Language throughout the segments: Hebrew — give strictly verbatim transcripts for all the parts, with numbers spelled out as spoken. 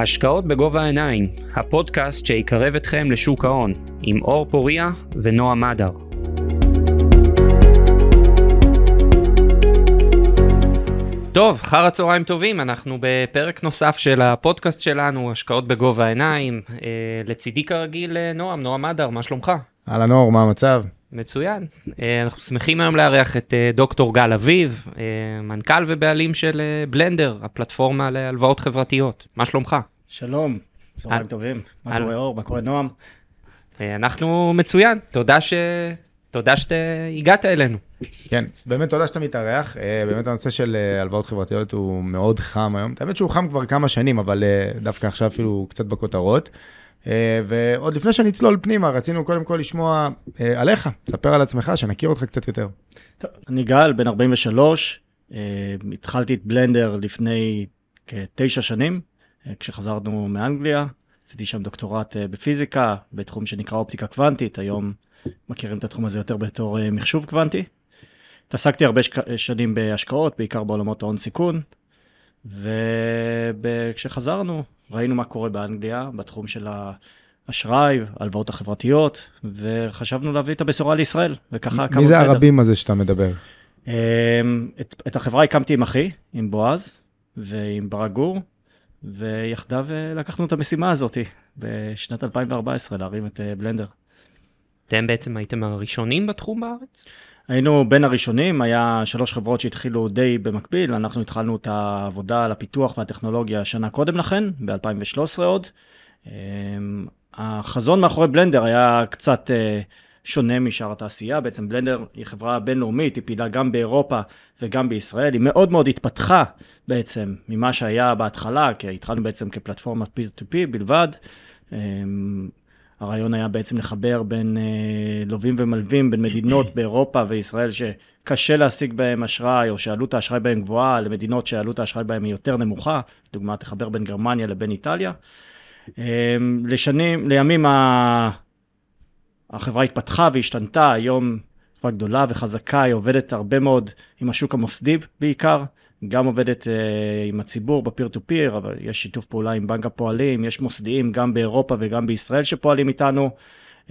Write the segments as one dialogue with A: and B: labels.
A: השקעות בגובה העיניים, הפודקאסט שיקרב אתכם לשוק ההון, עם אור פוריה ונועם מדר. טוב, אחר הצהריים טובים, אנחנו בפרק נוסף של הפודקאסט שלנו, השקעות בגובה העיניים. לצידי כרגיל נועם, נועם מדר, מה שלומך?
B: אהלן אור, מה המצב?
A: מצוין. אנחנו שמחים היום לארח את דוקטור גל אביב, מנכ"ל ובעלים של בלנדר, הפלטפורמה להלוואות חברתיות. מה שלומך?
C: שלום, צהריים טובים. מה קורה אור? מה קורה נועם?
A: אנחנו מצוין. תודה ש... תודה שהגעת אלינו.
B: כן, באמת תודה שאתה מתארח. באמת הנושא של הלוואות חברתיות הוא מאוד חם היום. האמת שהוא חם כבר כמה שנים, אבל דווקא עכשיו אפילו קצת בכותרות. ועוד לפני שנצלול פנימה, רצינו קודם כל לשמוע עליך, תספר על עצמך, שנכיר אותך קצת יותר.
C: טוב, אני גל, בן ארבעים ושלוש, התחלתי את בלנדר לפני כתשע שנים, כשחזרנו מאנגליה, עשיתי שם דוקטורט בפיזיקה, בתחום שנקרא אופטיקה קוונטית, היום מכירים את התחום הזה יותר בתור מחשוב קוונטי. התעסקתי הרבה שנים בהשקעות, בעיקר בעולמות ההון סיכון, וכשחזרנו, ראינו מה קורה באנגליה, בתחום של האשראי, הלוואות החברתיות, וחשבנו להביא את הבשורה לישראל, וככה...
B: מי זה הרבים הזה שאתה מדבר?
C: את, את החברה הקמתי עם אחי, עם בועז, ועם ברק גור, ויחדיו לקחנו את המשימה הזאת, בשנת אלפיים וארבע עשרה, להרים את בלנדר.
A: אתם בעצם הייתם הראשונים בתחום בארץ?
C: היינו בין הראשונים, היה שלוש חברות שהתחילו די במקביל, אנחנו התחלנו את העבודה על הפיתוח והטכנולוגיה שנה קודם לכן, ב-אלפיים ושלוש עשרה עוד. החזון מאחורי בלנדר היה קצת שונה משאר התעשייה, בעצם בלנדר היא חברה בינלאומית, היא פעילה גם באירופה וגם בישראל, היא מאוד מאוד התפתחה בעצם ממה שהיה בהתחלה, כי התחלנו בעצם כפלטפורמת פי טו פי בלבד, הרעיון היה בעצם לחבר בין אה, לווים ומלווים, בין מדינות באירופה וישראל שקשה להשיג בהם אשראי, או שעלות האשראי בהם גבוהה, למדינות שעלות האשראי בהם היא יותר נמוכה, דוגמת לחבר בין גרמניה לבין איטליה. אה, לשנים, לימים ה... החברה התפתחה והשתנתה, היום חברה גדולה וחזקה, היא עובדת הרבה מאוד עם השוק המוסדי בעיקר, גם עובדת uh, עם הציבור בפיר טו פיר, אבל יש שיתוף פעולה עם בנק הפועלים, יש מוסדיים גם באירופה וגם בישראל שפועלים איתנו, um,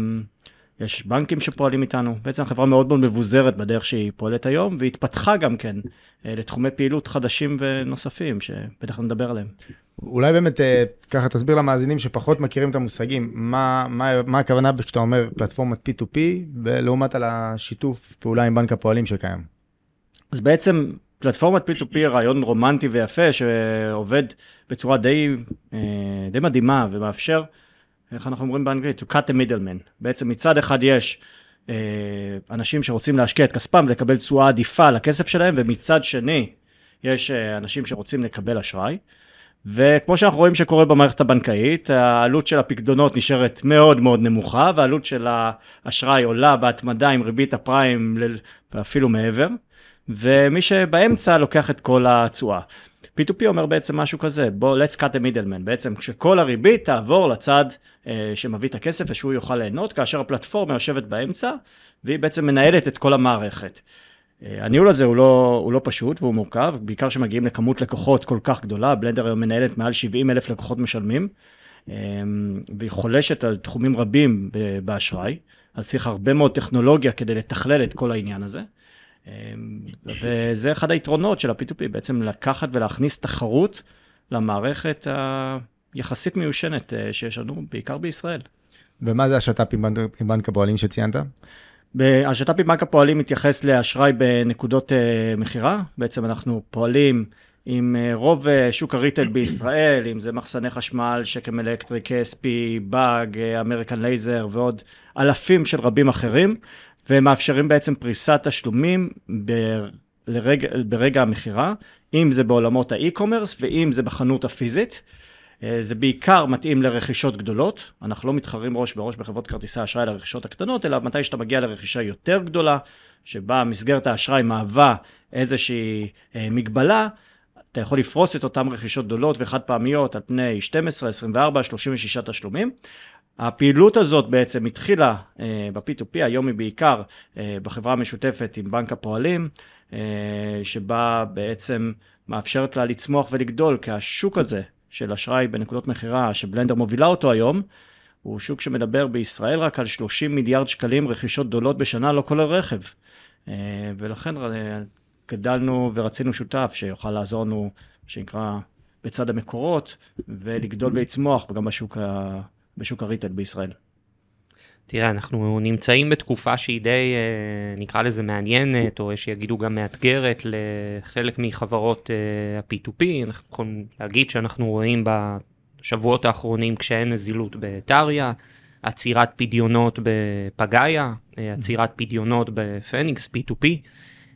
C: יש בנקים שפועלים איתנו, בעצם החברה מאוד מאוד מבוזרת בדרך שהיא פועלת היום, והתפתחה גם כן uh, לתחומי פעילות חדשים ונוספים, שבטח נדבר עליהם.
B: אולי באמת uh, ככה תסביר למאזינים שפחות מכירים את המושגים, מה, מה, מה הכוונה כשאתה אומר פלטפורמת פי טו פי, ולעומת על השיתוף פעולה עם בנק הפועלים שקיים?
C: אז בעצם... פלטפורמת פי טו פי רעיון רומנטי ויפה שעובד בצורה די, די מדהימה ומאפשר, איך אנחנו אומרים באנגלית, to cut the middleman. בעצם מצד אחד יש אנשים שרוצים להשקיע את כספם ולקבל תשואה עדיפה לכסף שלהם, ומצד שני יש אנשים שרוצים לקבל אשראי. וכמו שאנחנו רואים שקורה במערכת הבנקאית, העלות של הפקדונות נשארת מאוד מאוד נמוכה, והעלות של האשראי עולה בהתמדה עם ריבית הפריים ואפילו מעבר. ומי שבאמצע לוקח את כל התשואה. פי טו פי אומר בעצם משהו כזה, בוא, let's cut the middleman, בעצם כשכל הריבית תעבור לצד אה, שמביא את הכסף ושהוא יוכל ליהנות, כאשר הפלטפורמה יושבת באמצע, והיא בעצם מנהלת את כל המערכת. אה, הניהול הזה הוא לא, הוא לא פשוט והוא מורכב, בעיקר שמגיעים לכמות לקוחות כל כך גדולה, בלנדר היום מנהלת מעל שבעים אלף לקוחות משלמים, אה, והיא חולשת על תחומים רבים באשראי, אז צריך הרבה מאוד טכנולוגיה כדי לתכלל את כל העניין הזה. וזה אחד היתרונות של ה-פי טו פי, בעצם לקחת ולהכניס תחרות למערכת היחסית מיושנת שיש לנו, בעיקר בישראל.
B: ומה זה השת"פ עם בנק הפועלים שציינת?
C: השת"פ עם בנק הפועלים מתייחס לאשראי בנקודות מחירה, בעצם אנחנו פועלים עם רוב שוק הריטל בישראל, אם זה מחסני חשמל, שקם אלקטרי, קספי, באג, אמריקן לייזר ועוד אלפים של רבים אחרים, ומאפשרים בעצם פריסת תשלומים ברגע, ברגע המחירה, אם זה בעולמות האי-קומרס ואם זה בחנות הפיזית. זה בעיקר מתאים לרכישות גדולות, אנחנו לא מתחרים ראש בראש בחברות כרטיסי האשראי לרכישות הקטנות, אלא מתי שאתה מגיע לרכישה יותר גדולה, שבה מסגרת האשראי מהווה איזושהי מגבלה, אתה יכול לפרוס את אותם רכישות גדולות וחד פעמיות על פני שתים עשרה, עשרים וארבע, שלושים ושש תשלומים. הפעילות הזאת בעצם התחילה אה, ב-פי טו פי, היום היא בעיקר אה, בחברה המשותפת עם בנק הפועלים, אה, שבה בעצם מאפשרת לה לצמוח ולגדול, כי השוק הזה של אשראי בנקודות מחירה, שבלנדר מובילה אותו היום, הוא שוק שמדבר בישראל רק על שלושים מיליארד שקלים רכישות גדולות בשנה, לא כולל רכב. ולכן גדלנו ורצינו שותף שיוכל לעזור לנו, שנקרא, בצד המקורות, ולגדול ויצמוח גם בשוק, ה... בשוק הריטל בישראל.
A: תראה, אנחנו נמצאים בתקופה שהיא די, נקרא לזה מעניינת, או שיגידו גם מאתגרת לחלק מחברות ה-פי טו פי. אנחנו יכולים להגיד שאנחנו רואים בשבועות האחרונים כשאין נזילות בטריה, עצירת פדיונות בפגאיה, עצירת פדיונות בפניקס, פי טו פי.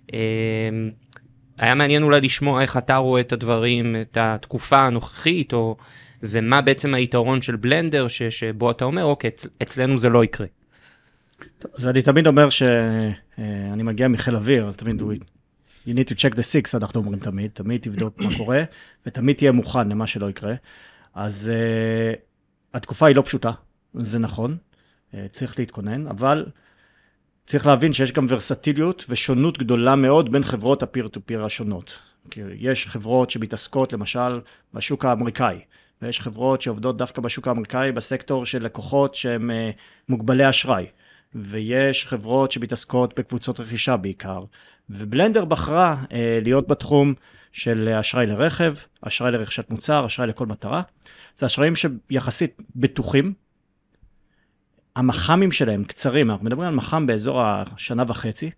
A: היה מעניין אולי לשמוע איך אתה רואה את הדברים, את התקופה הנוכחית, או, ומה בעצם היתרון של בלנדר, ש, שבו אתה אומר, אוקיי, אצלנו זה לא יקרה.
C: אז אני תמיד אומר שאני מגיע מחיל אוויר, אז תמיד, you need to check the six, אנחנו אומרים תמיד, תמיד תבדוק מה קורה, ותמיד תהיה מוכן למה שלא יקרה. אז uh, התקופה היא לא פשוטה, זה נכון, uh, צריך להתכונן, אבל צריך להבין שיש גם ורסטיליות ושונות גדולה מאוד בין חברות הפיר-טו-פיר השונות. כי יש חברות שמתעסקות למשל בשוק האמריקאי, ויש חברות שעובדות דווקא בשוק האמריקאי בסקטור של לקוחות שהם מוגבלי אשראי, ויש חברות שמתעסקות בקבוצות רכישה בעיקר, ובלנדר בחרה להיות בתחום של אשראי לרכב, אשראי לרכישת מוצר, אשראי לכל מטרה. זה אשראים שיחסית בטוחים, המח"מים שלהם קצרים, אנחנו מדברים על מח"ם באזור השנה וחצי,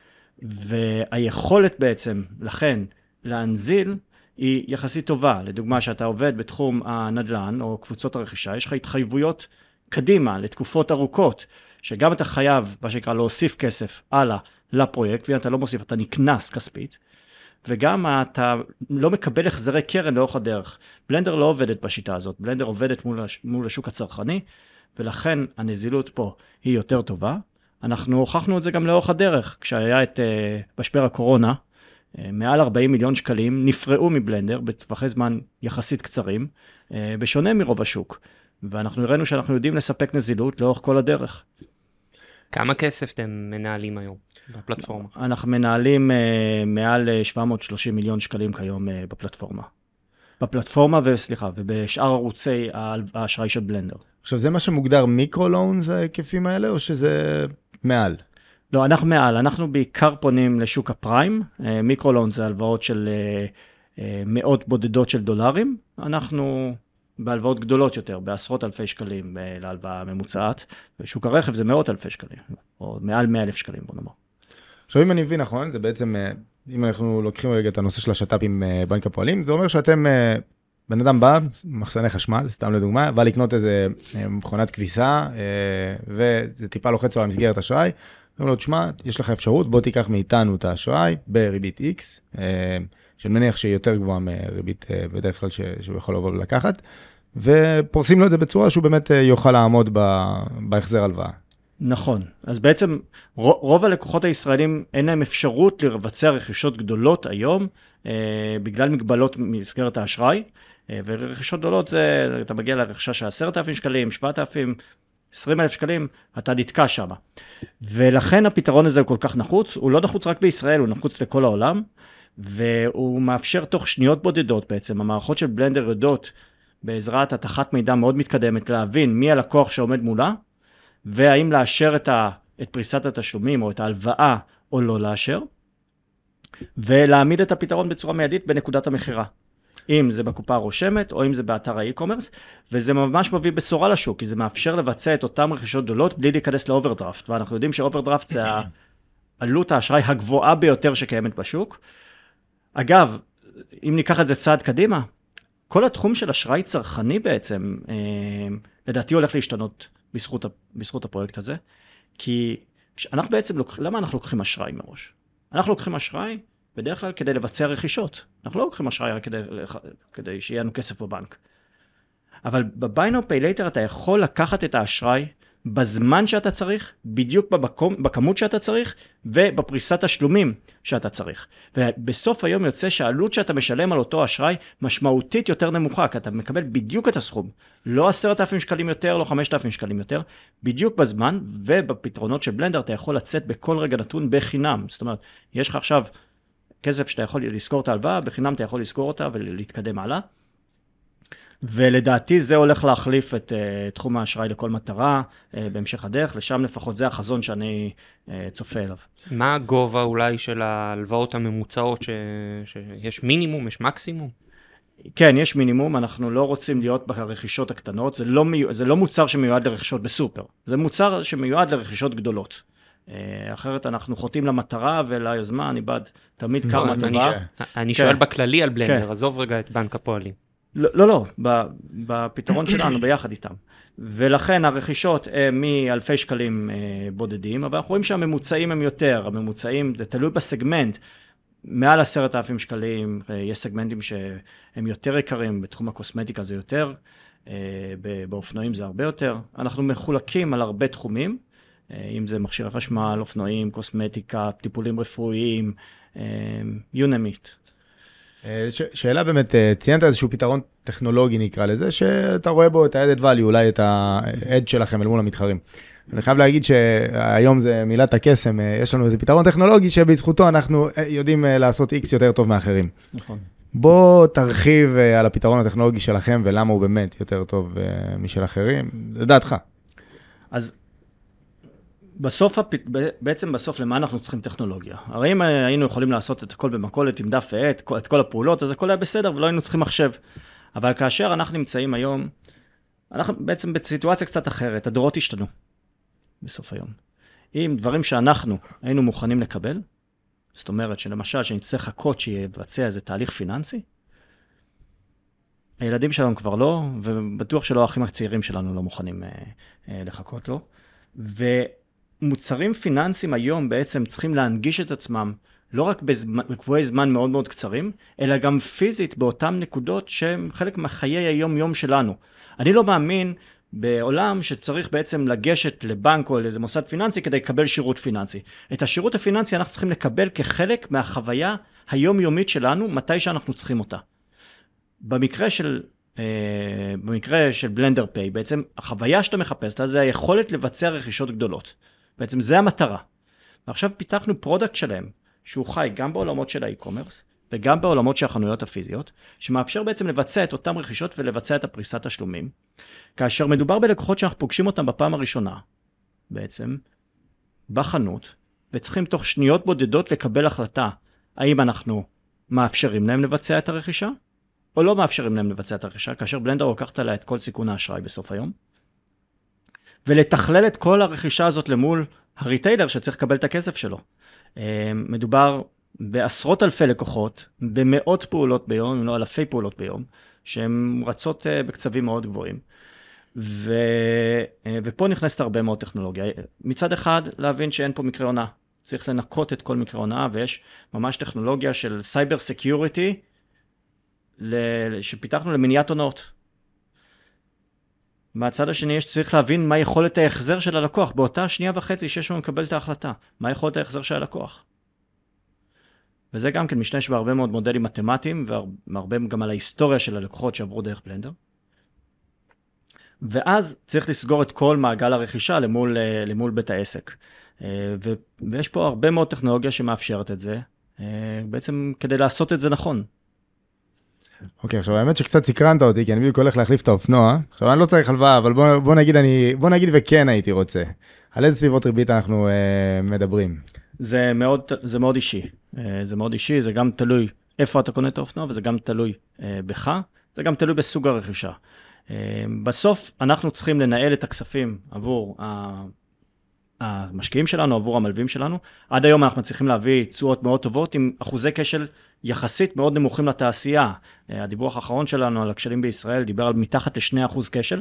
C: והיכולת בעצם, לכן, להנזיל, היא יחסית טובה. לדוגמה, שאתה עובד בתחום הנדל"ן, או קבוצות הרכישה, יש לך התחייבויות קדימה, לתקופות ארוכות, שגם אתה חייב, מה שנקרא, להוסיף כסף הלאה לפרויקט, ואם אתה לא מוסיף, אתה נקנס כספית, וגם אתה לא מקבל החזרי קרן לאורך הדרך. בלנדר לא עובדת בשיטה הזאת, בלנדר עובדת מול, מול השוק הצרכני, ולכן הנזילות פה היא יותר טובה. אנחנו הוכחנו את זה גם לאורך הדרך, כשהיה את uh, משבר הקורונה, uh, מעל ארבעים מיליון שקלים נפרעו מבלנדר בטווחי זמן יחסית קצרים, uh, בשונה מרוב השוק. ואנחנו הראינו שאנחנו יודעים לספק נזילות לאורך כל הדרך.
A: כמה כסף אתם מנהלים היום בפלטפורמה?
C: אנחנו מנהלים uh, מעל שבע מאות ושלושים מיליון שקלים כיום uh, בפלטפורמה. בפלטפורמה, וסליחה, ובשאר ערוצי האשראי של בלנדר.
B: עכשיו, זה מה שמוגדר מיקרו-לונס, ההיקפים האלה, או שזה מעל?
C: לא, אנחנו מעל. אנחנו בעיקר פונים לשוק הפריים. מיקרו-לונס זה הלוואות של מאות בודדות של דולרים. אנחנו בהלוואות גדולות יותר, בעשרות אלפי שקלים להלוואה ממוצעת. ושוק הרכב זה מאות אלפי שקלים, או מעל מאה אלף שקלים, בוא נאמר.
B: עכשיו, אם אני מבין נכון, זה בעצם, אם אנחנו לוקחים רגע את הנושא של השת"פ עם בנק הפועלים, זה אומר שאתם, בן אדם בא, מחסני חשמל, סתם לדוגמה, בא לקנות איזה מכונת כביסה, וזה טיפה לוחץ לו על מסגרת אשראי, ואומר לו, תשמע, יש לך אפשרות, בוא תיקח מאיתנו את האשראי בריבית X, שמניח שהיא יותר גבוהה מריבית בדרך כלל שהוא יכול לבוא לקחת, ופורסים לו את זה בצורה שהוא באמת יוכל לעמוד בהחזר הלוואה.
C: נכון. אז בעצם רוב הלקוחות הישראלים אין להם אפשרות לבצע רכישות גדולות היום, אה, בגלל מגבלות מסגרת האשראי, אה, ורכישות גדולות זה, אתה מגיע לרכישה של עשרת אלפים שקלים, שבעת אלפים, עשרים אלף שקלים, אתה נתקע שם. ולכן הפתרון הזה הוא כל כך נחוץ, הוא לא נחוץ רק בישראל, הוא נחוץ לכל העולם, והוא מאפשר תוך שניות בודדות בעצם, המערכות של בלנדר יודעות בעזרת התחת מידע מאוד מתקדמת, להבין מי הלקוח שעומד מולה, והאם לאשר את, ה, את פריסת התשלומים או את ההלוואה או לא לאשר, ולהעמיד את הפתרון בצורה מיידית בנקודת המחירה. אם זה בקופה הרושמת או אם זה באתר האי-קומרס, וזה ממש מביא בשורה לשוק, כי זה מאפשר לבצע את אותם רכישות גדולות בלי להיכנס לאוברדרפט, ואנחנו יודעים שאוברדרפט זה עלות האשראי הגבוהה ביותר שקיימת בשוק. אגב, אם ניקח את זה צעד קדימה, כל התחום של אשראי צרכני בעצם, לדעתי הולך להשתנות בזכות, בזכות הפרויקט הזה, כי אנחנו בעצם, לוק... למה אנחנו לוקחים אשראי מראש? אנחנו לוקחים אשראי בדרך כלל כדי לבצע רכישות. אנחנו לא לוקחים אשראי כדי, כדי שיהיה לנו כסף בבנק. אבל ב-Buy Now Pay Later אתה יכול לקחת את האשראי בזמן שאתה צריך, בדיוק במקום, בכמות שאתה צריך, ובפריסת השלומים שאתה צריך. ובסוף היום יוצא שהעלות שאתה משלם על אותו אשראי משמעותית יותר נמוכה, כי אתה מקבל בדיוק את הסכום. לא עשרת אלפים שקלים יותר, לא חמשת אלפים שקלים יותר, בדיוק בזמן, ובפתרונות של בלנדר אתה יכול לצאת בכל רגע נתון בחינם. זאת אומרת, יש לך עכשיו כסף שאתה יכול לזכור את ההלוואה, בחינם אתה יכול לזכור אותה ולהתקדם הלאה. ולדעתי זה הולך להחליף את uh, תחום האשראי לכל מטרה uh, בהמשך הדרך, לשם לפחות זה החזון שאני uh, צופה אליו.
A: מה הגובה אולי של ההלוואות הממוצעות, ש... שיש מינימום, יש מקסימום?
C: כן, יש מינימום, אנחנו לא רוצים להיות ברכישות הקטנות, זה לא, מי... זה לא מוצר שמיועד לרכישות בסופר, זה מוצר שמיועד לרכישות גדולות. אחרת אנחנו חוטאים למטרה וליוזמה, אני בעד תמיד קרמה טובה.
A: אני שואל בכללי על בלנדר, עזוב רגע את בנק הפועלים.
C: לא, לא, בפתרון שלנו ביחד איתם. ולכן הרכישות הם מאלפי שקלים בודדים, אבל אנחנו רואים שהממוצעים הם יותר, הממוצעים, זה תלוי בסגמנט, מעל עשרת אלפים שקלים, יש סגמנטים שהם יותר יקרים, בתחום הקוסמטיקה זה יותר, באופנועים זה הרבה יותר. אנחנו מחולקים על הרבה תחומים, אם זה מכשירי חשמל, אופנועים, קוסמטיקה, טיפולים רפואיים, you name it.
B: ש- שאלה באמת, ציינת איזשהו פתרון טכנולוגי נקרא לזה, שאתה רואה בו את ה-added value, אולי את ה-edge שלכם אל מול המתחרים. אני חייב להגיד שהיום זה מילת הקסם, יש לנו איזה פתרון טכנולוגי שבזכותו אנחנו יודעים לעשות X יותר טוב מאחרים.
C: נכון.
B: בוא תרחיב על הפתרון הטכנולוגי שלכם ולמה הוא באמת יותר טוב משל אחרים, לדעתך.
C: אז בסוף, בעצם בסוף למה אנחנו צריכים טכנולוגיה? הרי אם היינו יכולים לעשות את הכל במקולת עם דף ועט, את כל הפעולות, אז הכל היה בסדר ולא היינו צריכים מחשב. אבל כאשר אנחנו נמצאים היום, אנחנו בעצם בסיטואציה קצת אחרת, הדורות השתנו בסוף היום. אם דברים שאנחנו היינו מוכנים לקבל, זאת אומרת שלמשל שנצטרך לחכות שיבצע איזה תהליך פיננסי, הילדים שלנו כבר לא, ובטוח שלא האחים הצעירים שלנו לא מוכנים אה, אה, לחכות לו. ומוצרים פיננסיים היום בעצם צריכים להנגיש את עצמם, לא רק בקבועי זמן מאוד מאוד קצרים, אלא גם פיזית באותן נקודות שהן חלק מחיי היום-יום שלנו. אני לא מאמין בעולם שצריך בעצם לגשת לבנק או לאיזה מוסד פיננסי כדי לקבל שירות פיננסי. את השירות הפיננסי אנחנו צריכים לקבל כחלק מהחוויה היומיומית שלנו, מתי שאנחנו צריכים אותה. במקרה של, אה, במקרה של בלנדר פיי, בעצם החוויה שאתה מחפש, זה היכולת לבצע רכישות גדולות. בעצם זה המטרה. ועכשיו פיתחנו פרודקט שלהם, שהוא חי גם בעולמות של האי-קומרס, וגם בעולמות של החנויות הפיזיות, שמאפשר בעצם לבצע את אותם רכישות ולבצע את הפריסת תשלומים. כאשר מדובר בלקוחות שאנחנו פוגשים אותם בפעם הראשונה, בעצם, בחנות, וצריכים תוך שניות בודדות לקבל החלטה, האם אנחנו מאפשרים להם לבצע את הרכישה, או לא מאפשרים להם לבצע את הרכישה, כאשר בלנדר לוקחת עליה את כל סיכון האשראי בסוף היום, ולתכלל את כל הרכישה הזאת למול הריטיילר שצריך לקבל את הכסף שלו. מדובר בעשרות אלפי לקוחות, במאות פעולות ביום, אם לא אלפי פעולות ביום, שהן רצות בקצבים מאוד גבוהים. ו... ופה נכנסת הרבה מאוד טכנולוגיה. מצד אחד, להבין שאין פה מקרה עונה. צריך לנקות את כל מקרה עונה, ויש ממש טכנולוגיה של סייבר סקיוריטי, שפיתחנו למניעת עונות. מהצד השני יש צריך להבין מה יכולת ההחזר של הלקוח, באותה שנייה וחצי שיש לנו לקבל את ההחלטה, מה יכולת ההחזר של הלקוח. וזה גם כן משתמש בהרבה מאוד מודלים מתמטיים, והרבה גם על ההיסטוריה של הלקוחות שעברו דרך בלנדר. ואז צריך לסגור את כל מעגל הרכישה למול, למול בית העסק. ויש פה הרבה מאוד טכנולוגיה שמאפשרת את זה, בעצם כדי לעשות את זה נכון.
B: אוקיי, עכשיו האמת שקצת סקרנת אותי, כי אני בדיוק הולך להחליף את האופנוע. עכשיו אני לא צריך הלוואה, אבל בוא, בוא נגיד אני, בוא נגיד וכן הייתי רוצה. על איזה סביבות ריבית אנחנו אה, מדברים?
C: זה מאוד, זה מאוד אישי. זה מאוד אישי, זה גם תלוי איפה אתה קונה את האופנוע, וזה גם תלוי אה, בך, זה גם תלוי בסוג הרכישה. אה, בסוף אנחנו צריכים לנהל את הכספים עבור ה... המשקיעים שלנו, עבור המלווים שלנו. עד היום אנחנו מצליחים להביא תשואות מאוד טובות עם אחוזי כשל יחסית מאוד נמוכים לתעשייה. הדיווח האחרון שלנו על הכשלים בישראל דיבר על מתחת ל-שני אחוז כשל.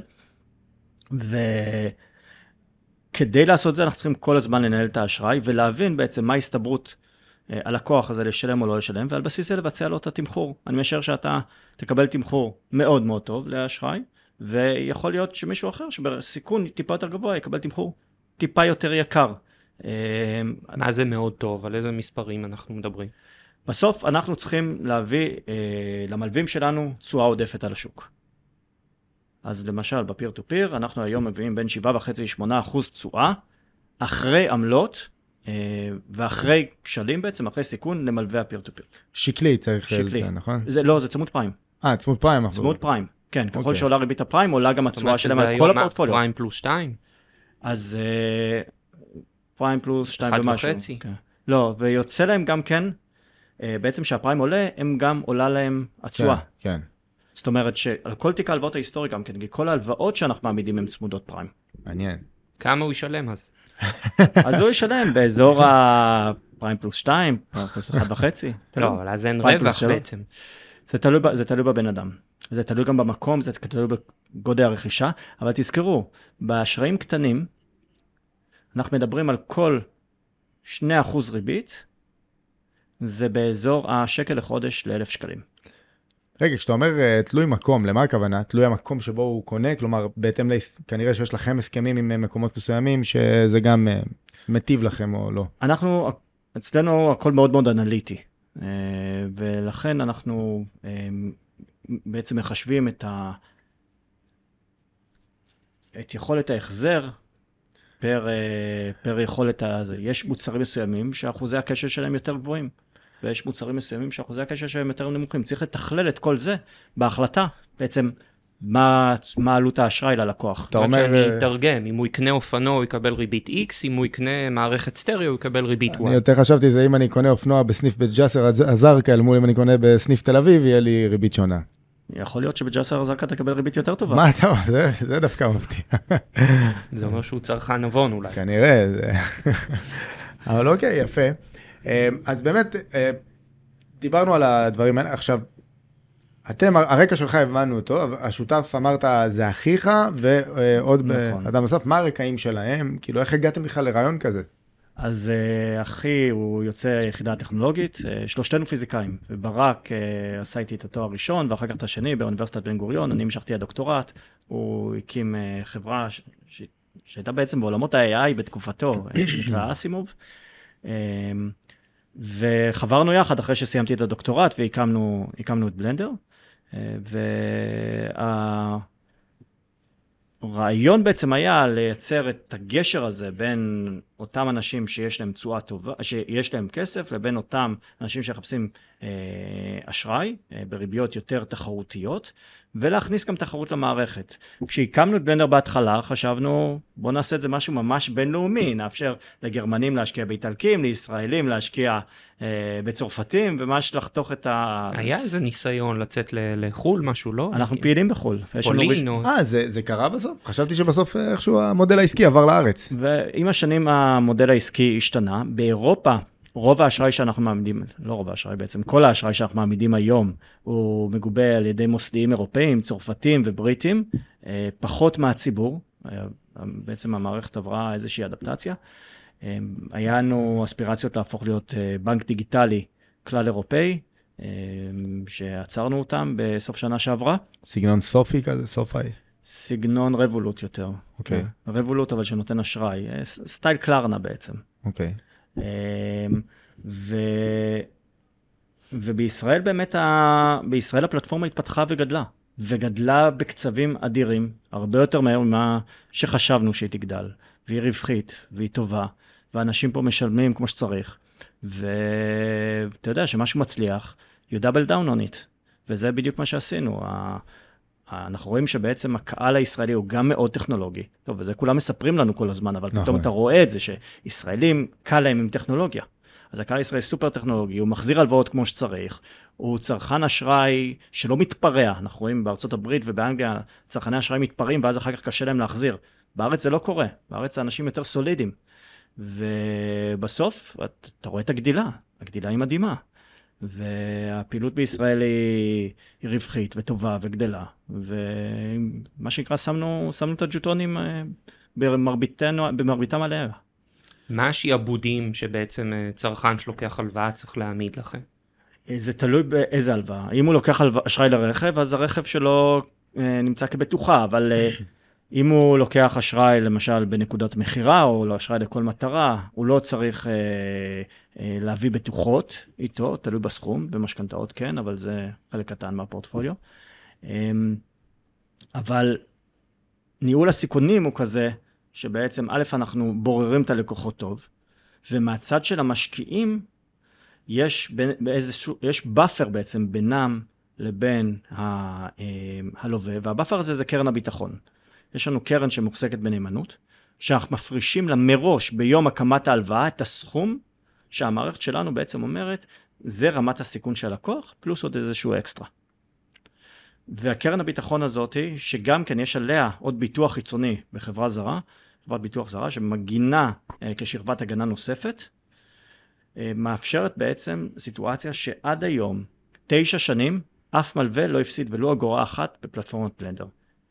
C: וכדי לעשות את זה אנחנו צריכים כל הזמן לנהל את האשראי ולהבין בעצם מה ההסתברות הלקוח הזה לשלם או לא לשלם, ועל בסיס זה לבצע לו את התמחור. אני משער שאתה תקבל תמחור מאוד מאוד טוב לאשראי, ויכול להיות שמישהו אחר שבסיכון טיפה יותר גבוה יקבל תמחור טיפה יותר יקר.
A: מה זה מאוד טוב? על איזה מספרים אנחנו מדברים?
C: בסוף אנחנו צריכים להביא אה, למלווים שלנו תשואה עודפת על השוק. אז למשל בפיר טו פיר אנחנו היום מביאים בין שבע וחצי לשמונה אחוז תשואה, אחרי עמלות אה, ואחרי כשלים בעצם, אחרי סיכון למלווה הפיר טו פיר.
B: שקלי צריך
C: שקלי.
B: לזה, נכון?
C: זה, לא, זה צמוד פריים.
B: אה, צמוד פריים.
C: צמוד פריים, כן, ככל
B: אוקיי.
C: שעולה ריבית הפריים, עולה גם התשואה שלהם על כל הפורטפוליו.
A: פריים פלוס שתיים?
C: אז פריים פלוס שתיים
A: אחד
C: ומשהו.
A: וחצי.
C: כן. לא, ויוצא להם גם כן, בעצם שהפריים עולה, הם גם עולה להם התשואה.
B: כן, כן.
C: זאת אומרת שעל כל תיק ההלוואות ההיסטורי גם כן, כל ההלוואות שאנחנו מעמידים הם צמודות פריים.
B: מעניין.
A: כמה הוא ישלם אז?
C: אז הוא ישלם באזור הפריים פלוס שתיים, פריים פלוס אחד וחצי.
A: לא, אבל אז אין
C: פריים
A: רווח
C: פלוס שלוש.
A: בעצם.
C: זה תלוי, ב- זה תלוי בבן אדם. זה תלוי גם במקום, זה תלוי בגודל הרכישה, אבל תזכרו, באשראים קטנים, אנחנו מדברים על כל שני אחוז ריבית, זה באזור השקל לחודש לאלף שקלים.
B: רגע, כשאתה אומר אה, תלוי מקום, למה הכוונה? תלוי המקום שבו הוא קונה, כלומר, בהתאם להס... כנראה שיש לכם הסכמים עם אה, מקומות מסוימים, שזה גם אה, מטיב לכם או לא.
C: אנחנו, אצלנו הכל מאוד מאוד אנליטי, אה, ולכן אנחנו אה, בעצם מחשבים את, ה... את יכולת ההחזר פר, אה, פר יכולת הזה. יש מוצרים מסוימים שאחוזי הקשר שלהם יותר גבוהים, ויש מוצרים מסוימים שאחוזי הקשר שלהם יותר נמוכים. צריך לתכלל את כל זה בהחלטה, בעצם מה, מה עלות האשראי ללקוח.
B: אתה אומר...
A: שאני אתרגם, אם הוא יקנה אופנוע הוא יקבל ריבית X, אם הוא יקנה מערכת סטריאו הוא יקבל ריבית Y.
B: אני יותר חשבתי, זה אם אני קונה אופנוע בסניף בית ג'סר הזרקא, אל מול אם אני קונה בסניף תל אביב, יהיה לי ריבית שונה.
C: יכול להיות שבג'סר הזרקא תקבל ריבית יותר טובה.
B: מה אתה אומר? זה, זה דווקא מפתיע.
A: זה אומר שהוא צרכן נבון אולי.
B: כנראה, זה... אבל אוקיי, יפה. אז באמת, דיברנו על הדברים האלה. עכשיו, אתם, הרקע שלך הבנו אותו, השותף אמרת, זה אחיך, ועוד
C: נכון.
B: אדם נוסף, מה הרקעים שלהם? כאילו, איך הגעתם בכלל לרעיון כזה?
C: אז uh, אחי הוא יוצא יחידה טכנולוגית, uh, שלושתנו פיזיקאים, וברק uh, עשה איתי את התואר הראשון, ואחר כך את השני באוניברסיטת בן גוריון, אני המשכתי הדוקטורט, הוא הקים uh, חברה ש... ש... שהייתה בעצם בעולמות ה-איי איי בתקופתו, שנקרא אסימוב, um, וחברנו יחד אחרי שסיימתי את הדוקטורט, והקמנו הקמנו את בלנדר, uh, וה... הרעיון בעצם היה לייצר את הגשר הזה בין אותם אנשים שיש להם תשואה טובה, שיש להם כסף, לבין אותם אנשים שחפשים אה, אשראי, אה, בריביות יותר תחרותיות, ולהכניס גם תחרות למערכת. כשהקמנו את בלנדר בהתחלה, חשבנו, בוא נעשה את זה משהו ממש בינלאומי, נאפשר לגרמנים להשקיע באיטלקים, לישראלים להשקיע אה, בצרפתים, וממש לחתוך את ה...
A: היה איזה ניסיון לצאת ל- לחול, משהו, לא?
C: אנחנו פעילים בחול.
A: פולין או...
B: אה, זה, זה קרה בסוף? חשבתי שבסוף איכשהו המודל העסקי עבר לארץ.
C: ועם השנים המודל העסקי השתנה. באירופה, רוב האשראי שאנחנו מעמידים, לא רוב האשראי בעצם, כל האשראי שאנחנו מעמידים היום, הוא מגובה על ידי מוסדיים אירופאים, צרפתים ובריטים, פחות מהציבור. בעצם המערכת עברה איזושהי אדפטציה. היה לנו אספירציות להפוך להיות בנק דיגיטלי כלל אירופאי, שעצרנו אותם בסוף שנה שעברה.
B: סגנון סופי כזה, סופאי.
C: סגנון רבולוט יותר.
B: אוקיי.
C: רבולוט אבל שנותן אשראי. סטייל קלרנה בעצם.
B: אוקיי.
C: ו... ובישראל באמת, ה... בישראל הפלטפורמה התפתחה וגדלה. וגדלה בקצבים אדירים, הרבה יותר מהר ממה שחשבנו שהיא תגדל. והיא רווחית, והיא טובה, ואנשים פה משלמים כמו שצריך. ואתה יודע שמשהו מצליח, you double down on it. וזה בדיוק מה שעשינו. אנחנו רואים שבעצם הקהל הישראלי הוא גם מאוד טכנולוגי. טוב, וזה כולם מספרים לנו כל הזמן, אבל פתאום אתה רואה את זה שישראלים קל להם עם טכנולוגיה. אז הקהל הישראלי סופר טכנולוגי, הוא מחזיר הלוואות כמו שצריך, הוא צרכן אשראי שלא מתפרע. אנחנו רואים בארצות הברית ובאנגליה, צרכני אשראי מתפרעים, ואז אחר כך קשה להם להחזיר. בארץ זה לא קורה. בארץ האנשים יותר סולידיים. ובסוף אתה רואה את הגדילה. הגדילה היא מדהימה. והפעילות בישראל היא, היא רווחית וטובה וגדלה. ומה שנקרא, שמנו, שמנו את הג'וטונים במרביתם עליה.
A: מה השעבודים שבעצם צרכן שלוקח הלוואה צריך להעמיד לכם?
C: זה תלוי באיזה הלוואה. אם הוא לוקח אשראי לרכב, אז הרכב שלו נמצא כבטוחה, אבל אם הוא לוקח אשראי למשל בנקודת מחירה, או אשראי לכל מטרה, הוא לא צריך אה, אה, להביא בטוחות איתו, תלוי בסכום, במשכנתאות כן, אבל זה חלק קטן מהפורטפוליו. אה, אבל ניהול הסיכונים הוא כזה, שבעצם א' אנחנו בוררים את הלקוחות טוב, ומהצד של המשקיעים, יש, באיזשהו, יש באפר בעצם בינם לבין הלווה, והבאפר הזה זה קרן הביטחון. יש לנו קרן שמוחזקת בנאמנות, שאנחנו מפרישים לה מראש ביום הקמת ההלוואה את הסכום שהמערכת שלנו בעצם אומרת, זה רמת הסיכון של הלקוח, פלוס עוד איזשהו אקסטרה. והקרן הביטחון הזאת, שגם כן יש עליה עוד ביטוח חיצוני בחברה זרה, חברת ביטוח זרה שמגינה כשכבת הגנה נוספת, מאפשרת בעצם סיטואציה שעד היום, תשע שנים, אף מלווה לא הפסיד ולא אגורה אחת בפלטפורמת בלנדר.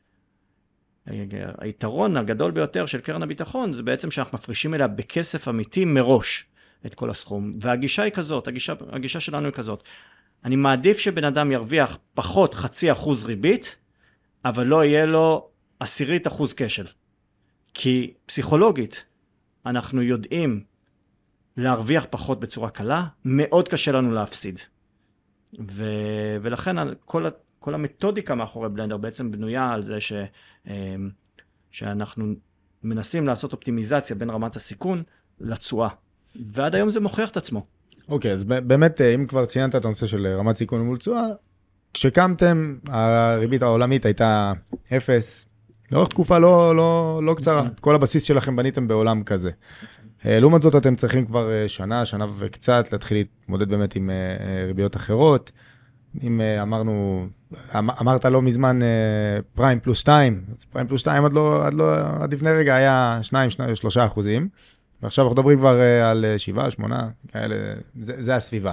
C: היתרון הגדול ביותר של קרן הביטחון זה בעצם שאנחנו מפרישים אליה בכסף אמיתי מראש את כל הסכום. והגישה היא כזאת, הגישה, הגישה שלנו היא כזאת. אני מעדיף שבן אדם ירוויח פחות חצי אחוז ריבית, אבל לא יהיה לו עשירית אחוז כשל. כי פסיכולוגית אנחנו יודעים להרוויח פחות בצורה קלה, מאוד קשה לנו להפסיד. ו... ולכן כל, כל המתודיקה מאחורי בלנדר בעצם בנויה על זה ש... שאנחנו מנסים לעשות אופטימיזציה בין רמת הסיכון לתשואה. ועד היום זה מוכיח את עצמו.
B: אוקיי, אז באמת, אם כבר ציינת את הנושא של רמת סיכון מול תשואה, כשקמתם, הריבית העולמית הייתה אפס, לאורך תקופה לא, לא, לא קצרה. כל הבסיס שלכם בניתם בעולם כזה. לעומת זאת, אתם צריכים כבר שנה, שנה וקצת, להתחיל להתמודד באמת עם ריביות אחרות. אם אמרנו, אמרת לא מזמן פריים פלוס שתיים, אז פריים פלוס שתיים עד לא, עד לא, עד לפני רגע היה שניים, שניים, שלושה אחוזים, ועכשיו אנחנו מדברים כבר על שבעה, שמונה, כאלה, זה, זה הסביבה.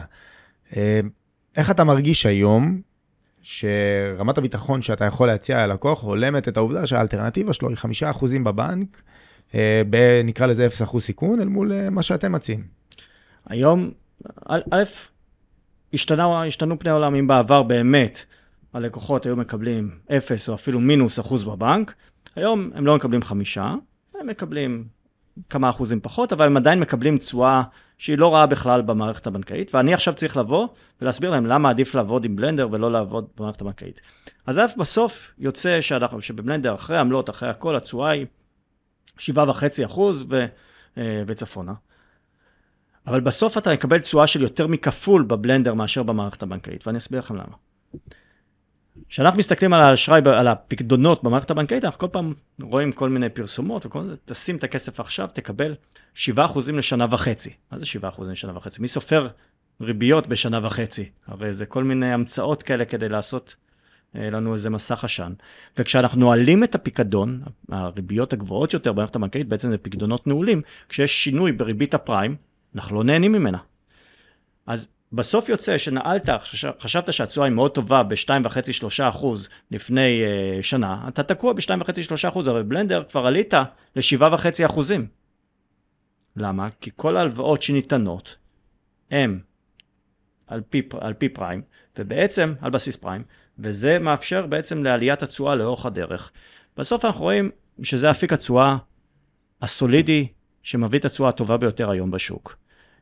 B: איך אתה מרגיש היום שרמת הביטחון שאתה יכול להציע ללקוח הולמת את העובדה שהאלטרנטיבה שלו היא חמישה אחוזים בבנק, נקרא לזה אפס אחוז סיכון, אל מול מה שאתם מציעים?
C: היום, א', השתנו, השתנו פני העולם, אם בעבר באמת הלקוחות היו מקבלים אפס או אפילו מינוס אחוז בבנק, היום הם לא מקבלים חמישה, הם מקבלים כמה אחוזים פחות, אבל הם עדיין מקבלים תשואה שהיא לא רעה בכלל במערכת הבנקאית, ואני עכשיו צריך לבוא ולהסביר להם למה עדיף לעבוד עם בלנדר ולא לעבוד במערכת הבנקאית. אז אף בסוף יוצא שאנחנו, שבבלנדר אחרי עמלות, אחרי הכל, התשואה היא שבעה וחצי אחוז ו, וצפונה. אבל בסוף אתה מקבל תשואה של יותר מכפול בבלנדר מאשר במערכת הבנקאית, ואני אסביר לכם למה. כשאנחנו מסתכלים על האשראי, על הפקדונות במערכת הבנקאית, אנחנו כל פעם רואים כל מיני פרסומות, וכל זה, תשים את הכסף עכשיו, תקבל שבעה אחוזים לשנה וחצי. מה זה שבעה אחוזים לשנה וחצי? מי סופר ריביות בשנה וחצי? הרי זה כל מיני המצאות כאלה כדי לעשות לנו איזה מסך עשן. וכשאנחנו נועלים את הפיקדון, הריביות הגבוהות יותר במערכת הבנקאית, בעצם זה פקדונות נעולים, כשיש שינוי בריבית הפריים, אנחנו לא נהנים ממנה. אז בסוף יוצא שנעלת, חשבת שהתשואה היא מאוד טובה ב-שתיים וחצי שלושה אחוז לפני uh, שנה, אתה תקוע ב-שתיים וחצי שלושה אחוז, אבל בבלנדר כבר עלית ל-שבעה וחצי אחוזים. למה? כי כל ההלוואות שניתנות הם על פי, על פי פריים, ובעצם על בסיס פריים, וזה מאפשר בעצם לעליית התשואה לאורך הדרך. בסוף אנחנו רואים שזה אפיק התשואה הסולידי, שמביא את התשואה הטובה ביותר היום בשוק.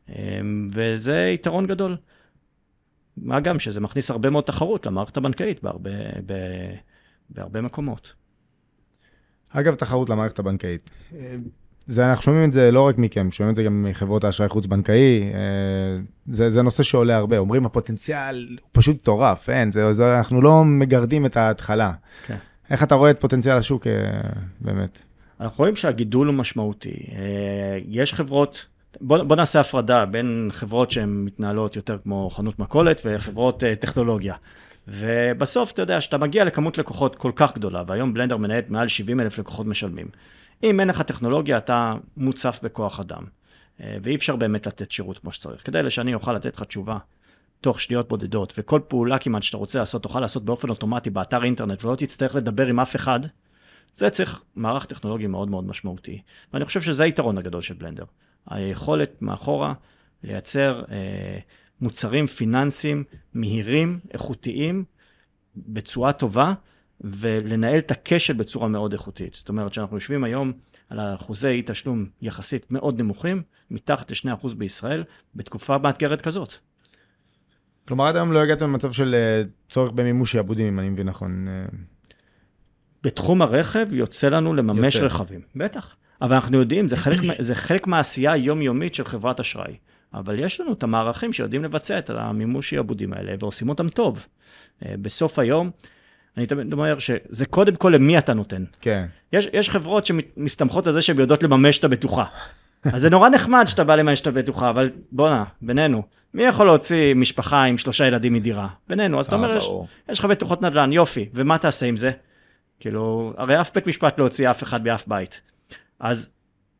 C: וזה יתרון גדול. מה גם שזה מכניס הרבה מאוד תחרות למערכת הבנקאית בהרבה, ב, בהרבה מקומות.
B: אגב, תחרות למערכת הבנקאית. זה, אנחנו שומעים את זה לא רק מכם, שומעים את זה גם מחברות האשראי חוץ-בנקאי. זה, זה נושא שעולה הרבה. אומרים, הפוטנציאל הוא פשוט מטורף. אין, זה, זה, אנחנו לא מגרדים את ההתחלה. כן. איך אתה רואה את פוטנציאל השוק באמת? אנחנו
C: רואים שהגידול הוא משמעותי. יש חברות, בוא, בוא נעשה הפרדה בין חברות שהן מתנהלות יותר כמו חנות מכולת וחברות טכנולוגיה. ובסוף אתה יודע שאתה מגיע לכמות לקוחות כל כך גדולה, והיום בלנדר מנהל מעל שבעים אלף לקוחות משלמים. אם אין לך טכנולוגיה, אתה מוצף בכוח אדם, ואי אפשר באמת לתת שירות כמו שצריך. כדי שאני אוכל לתת לך תשובה תוך שניות בודדות, וכל פעולה כמעט שאתה רוצה לעשות, תוכל לעשות באופן אוטומטי באתר אינטרנט, ולא תצטרך לדבר עם אף אחד, זה צריך מערך טכנולוגי מאוד מאוד משמעותי. ואני חושב שזה היתרון הגדול של בלנדר. היכולת מאחורה לייצר אה, מוצרים פיננסיים מהירים, איכותיים, בצורה טובה, ולנהל את הכשל בצורה מאוד איכותית. זאת אומרת שאנחנו יושבים היום על אחוזי אי תשלום יחסית מאוד נמוכים, מתחת ל-שני אחוז בישראל, בתקופה מאתגרת כזאת.
B: כלומר, עד היום לא הגעתם למצב של צורך במימוש שעבודים, אם אני מבין נכון.
C: בתחום הרכב יוצא לנו לממש יוצא. רכבים, בטח. אבל אנחנו יודעים, זה חלק, זה חלק מהעשייה היומיומית של חברת אשראי. אבל יש לנו את המערכים שיודעים לבצע את המימוש העבודים האלה, ועושים אותם טוב. בסוף היום, אני תמיד אומר שזה קודם כל למי אתה נותן.
B: כן.
C: יש, יש חברות שמסתמכות על זה שהן יודעות לממש את הבטוחה. אז זה נורא נחמד שאתה בא לממש את הבטוחה, אבל בוא'נה, בינינו, מי יכול להוציא משפחה עם שלושה ילדים מדירה? בינינו, אז אתה אומר, יש, יש לך בטוחות נדל"ן, יופי, ומה תעשה עם זה? כאילו, הרי אף בית משפט לא הוציא אף אחד באף בית. אז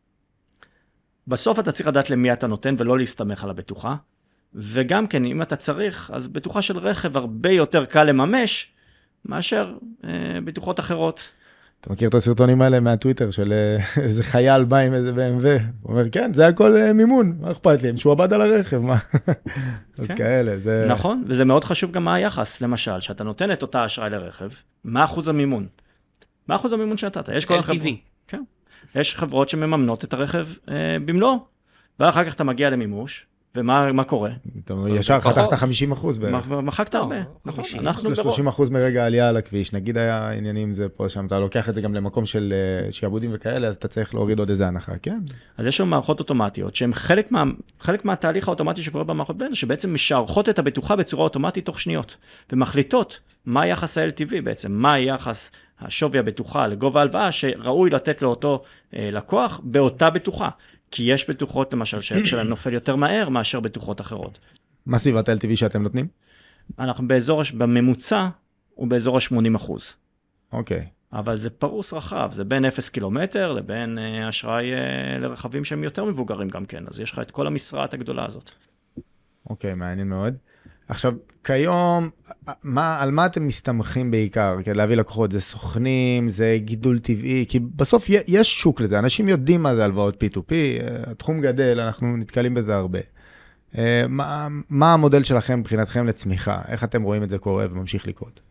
C: בסוף אתה צריך לדעת למי אתה נותן ולא להסתמך על הבטוחה, וגם כן, אם אתה צריך, אז בטוחה של רכב הרבה יותר קל לממש, מאשר אה, בטוחות אחרות.
B: אתה מכיר את הסרטונים האלה מהטוויטר של איזה חייל בא עם איזה בי אם דאבליו? הוא אומר, כן, זה הכל מימון, מה אכפת לי? שהוא עבד על הרכב, מה? אז כאלה, זה...
C: נכון, וזה מאוד חשוב גם מה היחס, למשל, שאתה נותן את אותה אשראי לרכב, מה אחוז המימון? מה אחוז המימון שנתת? יש כל החברות. כן. יש חברות שמממנות את הרכב אה, במלוא, ואחר כך אתה מגיע למימוש, ומה מה קורה?
B: אתה ישר חתכת חמישים אחוז בערך.
C: מחקת הרבה, נכון. אנחנו
B: שלושים אחוז מרגע העלייה על הכביש, נגיד היה עניינים זה פה שם, אתה לוקח את זה גם למקום של שעבודים וכאלה, אז אתה צריך להוריד עוד איזה הנחה, כן?
C: אז יש לנו מערכות אוטומטיות, שהן חלק מה, חלק מהתהליך האוטומטי שקורה במערכות בלנדר, שבעצם משערכות את הבטוחה בצורה אוטומטית תוך שניות, ומחליטות מה יחס ה-אל טי וי בעצם, מה יחס השווי הבטוחה לגובה הלוואה, שראוי לתת לאותו אה, לקוח באותה בטוחה. כי יש בטוחות, למשל, שלהם נופל יותר מהר מאשר בטוחות אחרות.
B: מה סביבת ה-אל טי וי שאתם נותנים?
C: אנחנו באזור, בממוצע, הוא באזור ה-שמונים אחוז.
B: אוקיי.
C: אבל זה פרוס רחב, זה בין אפס קילומטר לבין אה, אשראי אה, לרכבים שהם יותר מבוגרים גם כן, אז יש לך את כל המשרעת הגדולה הזאת.
B: אוקיי, מעניין מאוד. עכשיו, כיום, מה, על מה אתם מסתמכים בעיקר? כדי להביא לקוחות, זה סוכנים, זה גידול טבעי, כי בסוף יש שוק לזה, אנשים יודעים מה זה הלוואות פי טו פי, התחום גדל, אנחנו נתקלים בזה הרבה. מה, מה המודל שלכם מבחינתכם לצמיחה? איך אתם רואים את זה קורה וממשיך לקרות?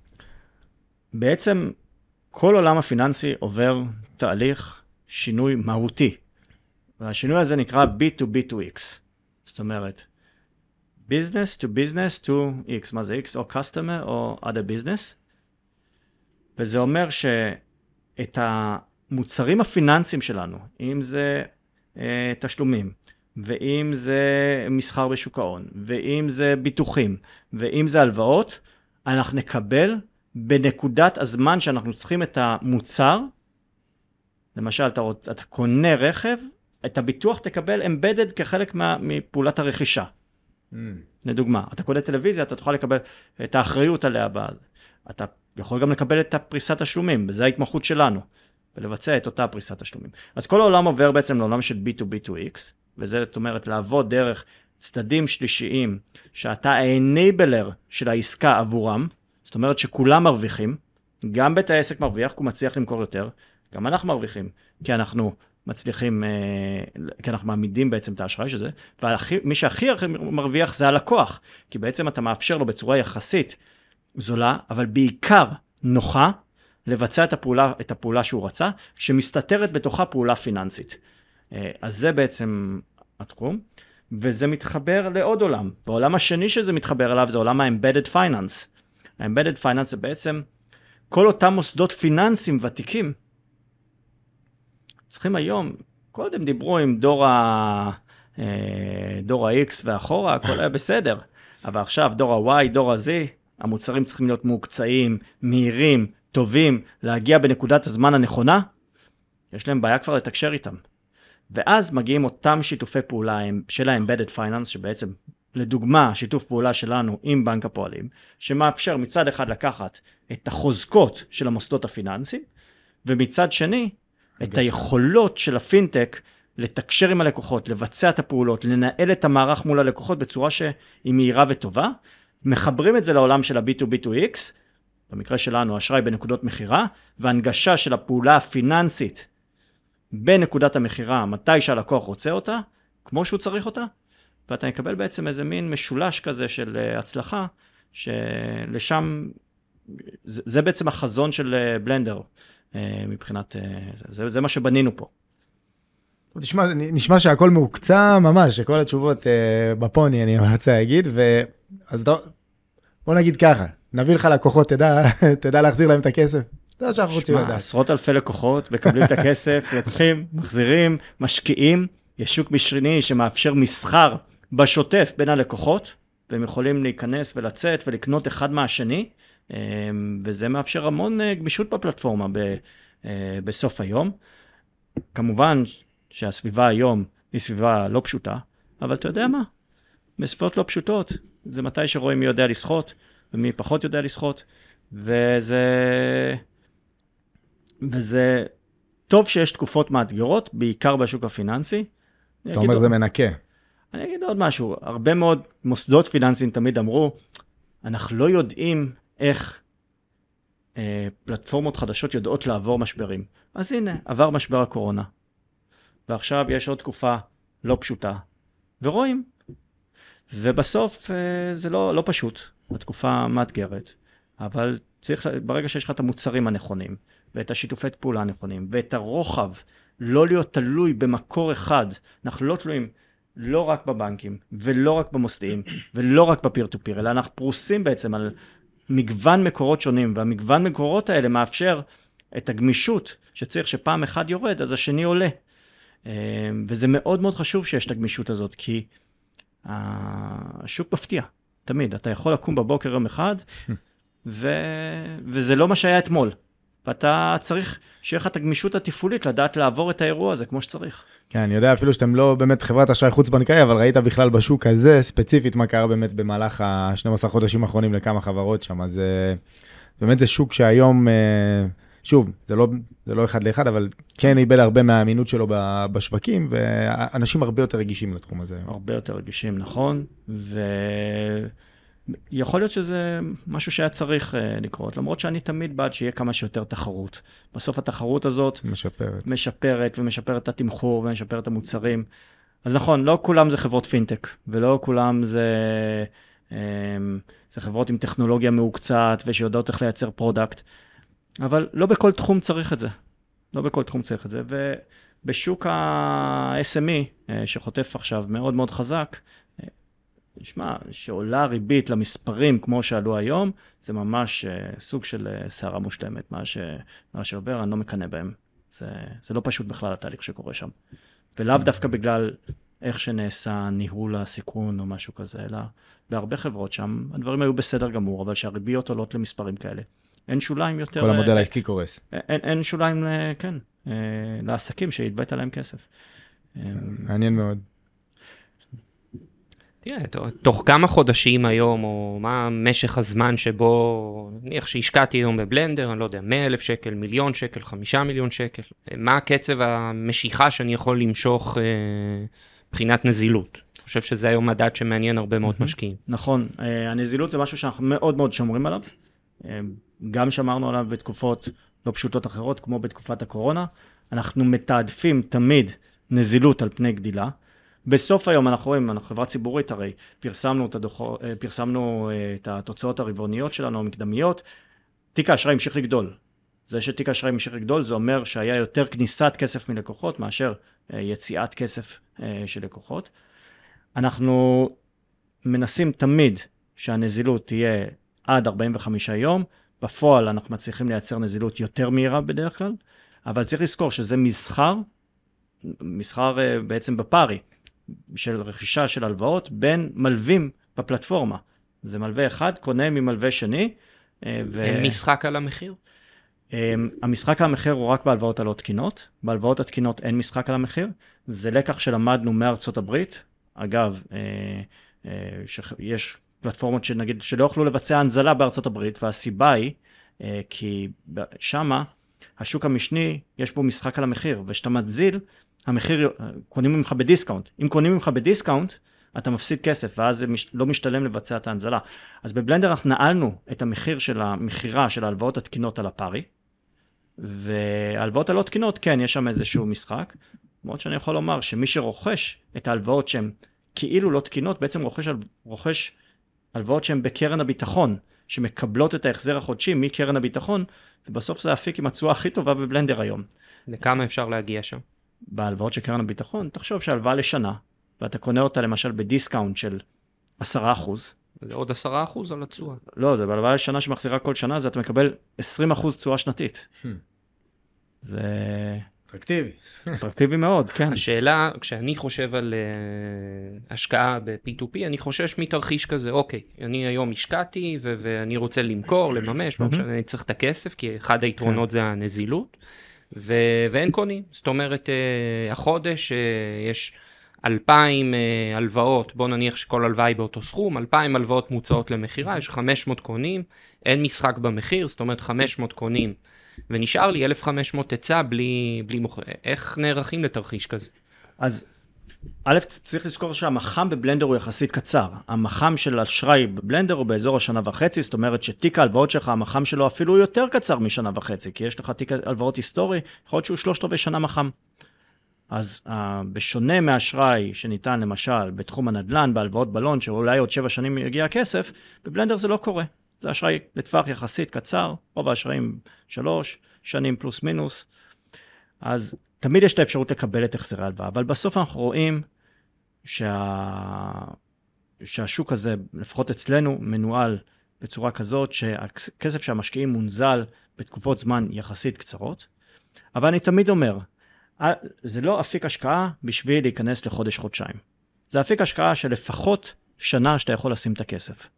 C: בעצם, כל עולם הפיננסי עובר תהליך שינוי מהותי, והשינוי הזה נקרא בי טו בי טו אקס, זאת אומרת, business to business to X, מה זה X? או customer או other business. וזה אומר שאת המוצרים הפיננסיים שלנו, אם זה אה, תשלומים, ואם זה מסחר בשוק ההון, ואם זה ביטוחים, ואם זה הלוואות, אנחנו נקבל בנקודת הזמן שאנחנו צריכים את המוצר, למשל, אתה, אתה קונה רכב, את הביטוח תקבל embedded כחלק מה, מפעולת הרכישה. Mm. לדוגמה, אתה קונה טלוויזיה, אתה תוכל לקבל את האחריות עליה, אתה יכול גם לקבל את הפריסת השלומים, וזה ההתמחות שלנו, ולבצע את אותה פריסת השלומים. אז כל העולם עובר בעצם לעולם של בי טו בי טו אקס, וזה זאת אומרת לעבוד דרך צדדים שלישיים, שאתה ה-enabler של העסקה עבורם, זאת אומרת שכולם מרוויחים, גם בית העסק מרוויח, כי הוא מצליח למכור יותר, גם אנחנו מרוויחים, כי אנחנו מצליחים, כי אנחנו מעמידים בעצם את האשראי שזה, ומי שהכי הכי מרוויח זה הלקוח, כי בעצם אתה מאפשר לו בצורה יחסית זולה, אבל בעיקר נוחה, לבצע את הפעולה, את הפעולה שהוא רצה, שמסתתרת בתוכה פעולה פיננסית. אז זה בעצם התחום, וזה מתחבר לעוד עולם, והעולם השני שזה מתחבר אליו זה עולם ה-Embedded Finance. ה-Embedded Finance זה בעצם כל אותם מוסדות פיננסיים ותיקים, צריכים היום, קודם דיברו עם דור ה... דור ה-X ואחורה, הכל היה בסדר, אבל עכשיו דור ה-Y, דור ה-Z, המוצרים צריכים להיות מוקצעים, מהירים, טובים, להגיע בנקודת הזמן הנכונה, יש להם בעיה כבר לתקשר איתם. ואז מגיעים אותם שיתופי פעולה של ה-Embedded Finance, שבעצם, לדוגמה, שיתוף פעולה שלנו עם בנק הפועלים, שמאפשר מצד אחד לקחת את החוזקות של המוסדות הפיננסיים, ומצד שני, את היכולות של הפינטק לתקשר עם הלקוחות, לבצע את הפעולות, לנהל את המערך מול הלקוחות בצורה שהיא מהירה וטובה, מחברים את זה לעולם של ה-בי טו בי טו אקס, במקרה שלנו אשראי בנקודות מחירה, והנגשה של הפעולה הפיננסית בנקודת המחירה, מתי שהלקוח רוצה אותה, כמו שהוא צריך אותה, ואתה מקבל בעצם איזה מין משולש כזה של הצלחה, שלשם, זה, זה בעצם החזון של בלנדר, מבחינת, זה, זה מה שבנינו פה.
B: תשמע, נשמע שהכל מעוקצה ממש, שכל התשובות בפוני, אני רוצה להגיד, ואז בוא נגיד ככה, נביא לך לקוחות, תדע, תדע להחזיר להם את הכסף. זה שאנחנו רוצים לדעת.
C: עשרות אלפי לקוחות, מקבלים את הכסף, לוקחים, מחזירים, משקיעים, יש שוק משני שמאפשר מסחר בשוטף בין הלקוחות, והם יכולים להיכנס ולצאת ולקנות אחד מהשני, וזה מאפשר המון גמישות בפלטפורמה בסוף היום. כמובן שהסביבה היום היא סביבה לא פשוטה, אבל אתה יודע מה? בסביבות לא פשוטות, זה מתי שרואים מי יודע לשחות, ומי פחות יודע לשחות, וזה, וזה טוב שיש תקופות מאתגרות, בעיקר בשוק הפיננסי.
B: אתה אומר זה מנקה.
C: אני אגיד עוד משהו, הרבה מאוד מוסדות פיננסיים תמיד אמרו, אנחנו לא יודעים איך אה, פלטפורמות חדשות יודעות לעבור משברים. אז הנה, עבר משבר הקורונה. ועכשיו יש עוד תקופה לא פשוטה, ורואים. ובסוף אה, זה לא, לא פשוט, התקופה מאתגרת, אבל צריך, ברגע שיש לך את המוצרים הנכונים, ואת השיתופי פעולה הנכונים, ואת הרוחב, לא להיות תלוי במקור אחד, אנחנו לא תלויים לא רק בבנקים, ולא רק במוסדיים, ולא רק בפיר טו פיר, אלא אנחנו פרוסים בעצם על מגוון מקורות שונים, והמגוון מקורות האלה מאפשר את הגמישות, שצריך שפעם אחד יורד, אז השני עולה. וזה מאוד מאוד חשוב שיש את הגמישות הזאת, כי השוק מפתיע, תמיד. אתה יכול לקום בבוקר יום אחד, ו... וזה לא מה שהיה אתמול. ואתה צריך שיהיה לך את הגמישות התפעולית, לדעת לעבור את האירוע הזה כמו שצריך.
B: כן, אני יודע אפילו שאתם לא באמת חברת אשראי חוץ-בנקאי, אבל ראית בכלל בשוק הזה, ספציפית מה קרה באמת במהלך ה-שנים עשר חודשים האחרונים לכמה חברות שם, אז באמת זה שוק שהיום, שוב, זה לא, זה לא אחד לאחד, אבל כן איבד הרבה מהאמינות שלו בשווקים, ואנשים הרבה יותר רגישים לתחום הזה.
C: הרבה יותר רגישים, נכון, ו... יכול להיות שזה משהו שהיה צריך uh, לקרות, למרות שאני תמיד בעד שיהיה כמה שיותר תחרות. בסוף התחרות הזאת
B: משפרת.
C: משפרת ומשפרת את התמחור ומשפרת את המוצרים. אז נכון, לא כולם זה חברות פינטק, ולא כולם זה, um, זה חברות עם טכנולוגיה מעוקצת ושיודעות איך לייצר פרודקט, אבל לא בכל תחום צריך את זה. לא בכל תחום צריך את זה, ובשוק ה-אס אם אי uh, שחוטף עכשיו מאוד מאוד חזק, נשמע, שעולה ריבית למספרים כמו שעלו היום, זה ממש uh, סוג של uh, שערה מושלמת, מה, ש, מה שעובר, אני לא מקנה בהם. זה, זה לא פשוט בכלל התהליך שקורה שם. ולאו דווקא בגלל איך שנעשה ניהול הסיכון או משהו כזה, אלא בהרבה חברות שם, הדברים היו בסדר גמור, אבל שהריביות עולות למספרים כאלה. אין שוליים יותר...
B: כל המודל העסקי קורס.
C: אין, אין שוליים, כן, לעסקים שהתבאת עליהם כסף.
B: מעניין מאוד.
A: תראה, תוך כמה חודשים היום, או מה משך הזמן שבו, נניח שהשקעתי היום בבלנדר, אני לא יודע, מאה אלף שקל, מיליון שקל, חמישה מיליון שקל, מה הקצב המשיכה שאני יכול למשוך אה, מבחינת נזילות? אני חושב שזה היום מדד שמעניין הרבה מאוד משקיעים.
C: נכון, הנזילות זה משהו שאנחנו מאוד מאוד שומרים עליו, גם שמרנו עליו בתקופות לא פשוטות אחרות, כמו בתקופת הקורונה, אנחנו מתעדפים תמיד נזילות על פני גדילה, בסוף היום אנחנו רואים, אנחנו חברה ציבורית הרי, פרסמנו את, הדוח, פרסמנו את התוצאות הרבעוניות שלנו, המקדמיות, תיק האשראי המשיך לגדול. זה שתיק האשראי המשיך לגדול, זה אומר שהיה יותר כניסת כסף מלקוחות, מאשר יציאת כסף של לקוחות. אנחנו מנסים תמיד שהנזילות תהיה עד ארבעים וחמישה יום, בפועל אנחנו מצליחים לייצר נזילות יותר מהירה בדרך כלל, אבל צריך לזכור שזה מסחר, מסחר בעצם בפארי, של רכישה של הלוואות בין מלווים בפלטפורמה. זה מלווה אחד, קונה ממלווה שני.
A: ו... אין משחק על המחיר?
C: המשחק על המחיר הוא רק בהלוואות הלא תקינות. בהלוואות התקינות אין משחק על המחיר. זה לקח שלמדנו מארצות הברית. אגב, יש פלטפורמות שנגיד, שלא יכלו לבצע הנזלה בארצות הברית, והסיבה היא, כי שמה, השוק המשני, יש בו משחק על המחיר, ושאתה מזיל, המחיר, קונים ממך בדיסקאונט. אם קונים ממך בדיסקאונט, אתה מפסיד כסף, ואז זה לא משתלם לבצע את ההנזלה. אז בבלנדר אנחנו נעלנו את המחיר של המחירה של ההלוואות התקינות על הפארי, וההלוואות הלא תקינות, כן, יש שם איזשהו משחק, מאוד שאני יכול לומר שמי שרוכש את ההלוואות שהן כאילו לא תקינות, בעצם רוכש, רוכש הלוואות שהן בקרן הביטחון, שמקבלות את ההחזר החודשי מקרן הביטחון, ובסוף זה אפיק עם התשואה הכי טובה בבלנדר היום.
A: לכמה אפשר להגיע שם?
C: בהלוואות של קרן הביטחון, תחשוב שהלוואה לשנה, ואתה קונה אותה למשל בדיסקאונט של עשרה אחוז.
A: זה עוד עשרה אחוז על התשואה.
C: לא, זה בהלוואה לשנה שמחזירה כל שנה, זה אתה מקבל עשרים אחוז תשואה שנתית. זה
B: אטרקטיבי.
C: אטרקטיבי מאוד, כן.
A: השאלה, כשאני חושב על uh, השקעה ב-פי טו פי, אני חושש מתרחיש כזה, אוקיי, אני היום השקעתי ו- ואני רוצה למכור, לממש, לא משנה, אני צריך את הכסף, כי אחד היתרונות זה הנזילות, ו- ואין קונים. זאת אומרת, uh, החודש uh, יש אלפיים uh, הלוואות, בוא נניח שכל הלוואה היא באותו סכום, אלפיים הלוואות מוצאות למחירה, יש חמש מאות קונים, אין משחק במחיר, זאת אומרת חמש מאות קונים, ונשאר לי אלף וחמש מאות היצע בלי, בלי מוכר. איך נערכים לתרחיש כזה?
C: אז א', צריך לזכור שהמחם בבלנדר הוא יחסית קצר. המחם של אשראי בבלנדר הוא באזור השנה וחצי, זאת אומרת שתיק ההלוואות שלך, המחם שלו אפילו יותר קצר משנה וחצי, כי יש לך תיק הלוואות היסטורי, יכול להיות שהוא שלושת רבעי שנה מחם. אז uh, בשונה מהאשראי שניתן למשל בתחום הנדל"ן, בהלוואות בלון, שאולי עוד שבע שנים יגיע הכסף, בבלנדר זה לא קורה. זה אשראי לטווח יחסית קצר, רוב האשראים שלוש שנים פלוס מינוס, אז תמיד יש את האפשרות לקבל את החזרי ההלוואה, אבל בסוף אנחנו רואים שה... שהשוק הזה, לפחות אצלנו, מנוהל בצורה כזאת, שהכסף שהמשקיעים מונזל בתקופות זמן יחסית קצרות, אבל אני תמיד אומר, זה לא אפיק השקעה בשביל להיכנס לחודש-חודשיים. זה אפיק השקעה של לפחות שנה שאתה יכול לשים את הכסף.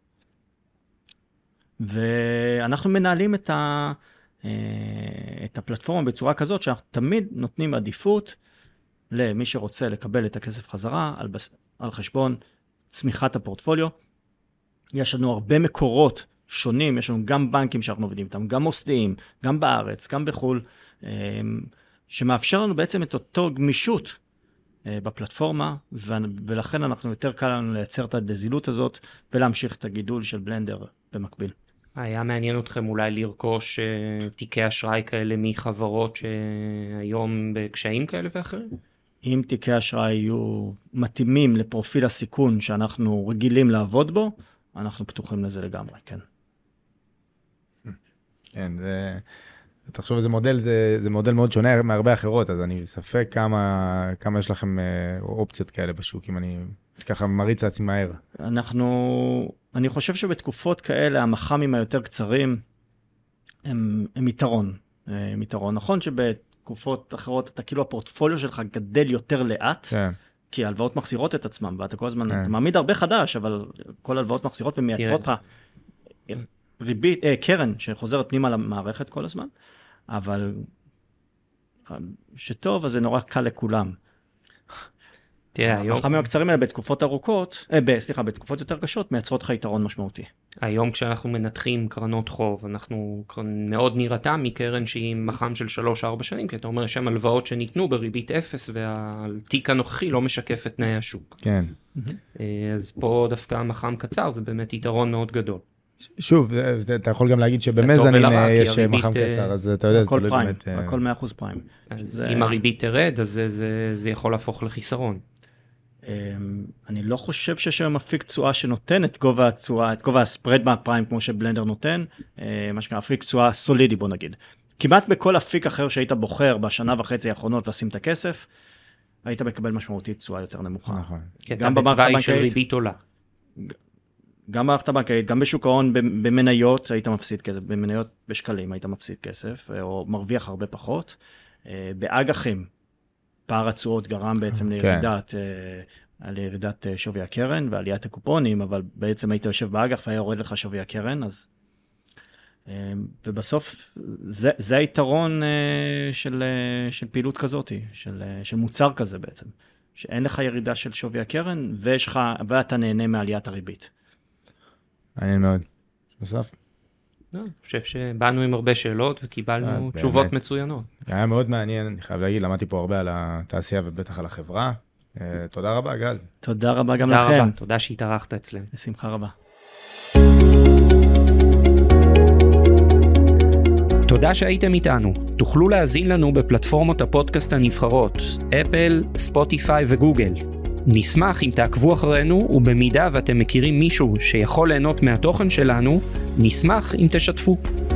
C: ואנחנו מנהלים את, ה, את הפלטפורמה בצורה כזאת, שאנחנו תמיד נותנים עדיפות למי שרוצה לקבל את הכסף חזרה על, על חשבון צמיחת הפורטפוליו. יש לנו הרבה מקורות שונים, יש לנו גם בנקים שאנחנו עובדים איתם, גם מוסדיים, גם בארץ, גם בחול, שמאפשר לנו בעצם את אותו גמישות בפלטפורמה, ולכן אנחנו יותר קל לנו לייצר את הנזילות הזאת, ולהמשיך את הגידול של בלנדר במקביל.
A: היה מעניין אתכם אולי לרכוש uh, תיקי אשראי כאלה מחברות שהיום בקשיים כאלה ואחרים?
C: אם תיקי אשראי יהיו מתאימים לפרופיל הסיכון שאנחנו רגילים לעבוד בו, אנחנו פתוחים לזה לגמרי, כן.
B: כן, זה... תחשוב, זה מודל, זה, זה מודל מאוד שונה מהרבה אחרות, אז אני ספק כמה, כמה יש לכם אופציות כאלה בשוק, אם אני ככה מריץ לעצמי מהר.
C: אנחנו, אני חושב שבתקופות כאלה, המחמים היותר קצרים, הם, הם יתרון. הם יתרון. נכון שבתקופות אחרות, אתה כאילו הפורטפוליו שלך גדל יותר לאט, כן. כי ההלוואות מחזירות את עצמם, ואתה כל הזמן, כן. אתה מעמיד הרבה חדש, אבל כל ההלוואות מחזירות ומייצרות לך ריבית, אה, קרן שחוזרת פנימה למערכת כל הזמן, אבל שטוב, אז זה נורא קל לכולם.
A: תראה, היום...
C: החמים הקצרים האלה בתקופות ארוכות, אה, ב, סליחה, בתקופות יותר קשות, מייצרות לך יתרון משמעותי.
A: היום כשאנחנו מנתחים קרנות חוב, אנחנו מאוד נראתה מקרן שהיא מחם של שלוש ארבע שנים, כי אתה אומר שם הלוואות שניתנו בריבית אפס, והתיק הנוכחי לא משקף את תנאי השוק.
B: כן.
A: אז פה דווקא מחם קצר, זה באמת יתרון מאוד גדול.
B: שוב, אתה יכול גם להגיד שבמזנין יש מחם קצר, אז אתה יודע, זה תלוי באמת...
C: הכל מאה אחוז פריים.
A: אם הריבית תרד, אז זה יכול להפוך לחיסרון.
C: אני לא חושב שיש היום אפיק תשואה שנותן את גובה התשואה, את גובה הספרד מהפריים כמו שבלנדר נותן, מה שנקרא אפיק תשואה סולידי בוא נגיד. כמעט בכל אפיק אחר שהיית בוחר בשנה וחצי האחרונות לשים את הכסף, היית מקבל משמעותית תשואה יותר נמוכה.
A: נכון. כי אתה בתוואי של ריבית עולה.
C: גם במערכת הבנקאית, גם בשוק ההון במניות היית מפסיד כסף, במניות בשקלים היית מפסיד כסף, או מרוויח הרבה פחות. באג"חים, פער התשואות גרם בעצם לירידת, לירידת שווי הקרן ועליית הקופונים, אבל בעצם היית יושב באג"ח והיה יורד לך שווי הקרן, אז... ובסוף זה, זה היתרון של, של פעילות כזאת, של, של מוצר כזה בעצם, שאין לך ירידה של שווי הקרן, ויש לך, ואתה נהנה מעליית הריבית.
B: מעניין מאוד. בסוף?
A: אני חושב שבאנו עם הרבה שאלות וקיבלנו תשובות מצוינות.
B: היה מאוד מעניין, אני חייב להגיד, למדתי פה הרבה על התעשייה ובטח על החברה. תודה רבה, גל.
C: תודה רבה גם לכם.
A: תודה שהתארחת אצלנו.
C: בשמחה רבה.
A: תודה שהייתם איתנו. תוכלו להאזין לנו בפלטפורמות הפודקאסט הנבחרות, אפל, ספוטיפיי וגוגל. נשמח אם תעקבו אחרינו, ובמידה ואתם מכירים מישהו שיכול ליהנות מהתוכן שלנו, נשמח אם תשתפו.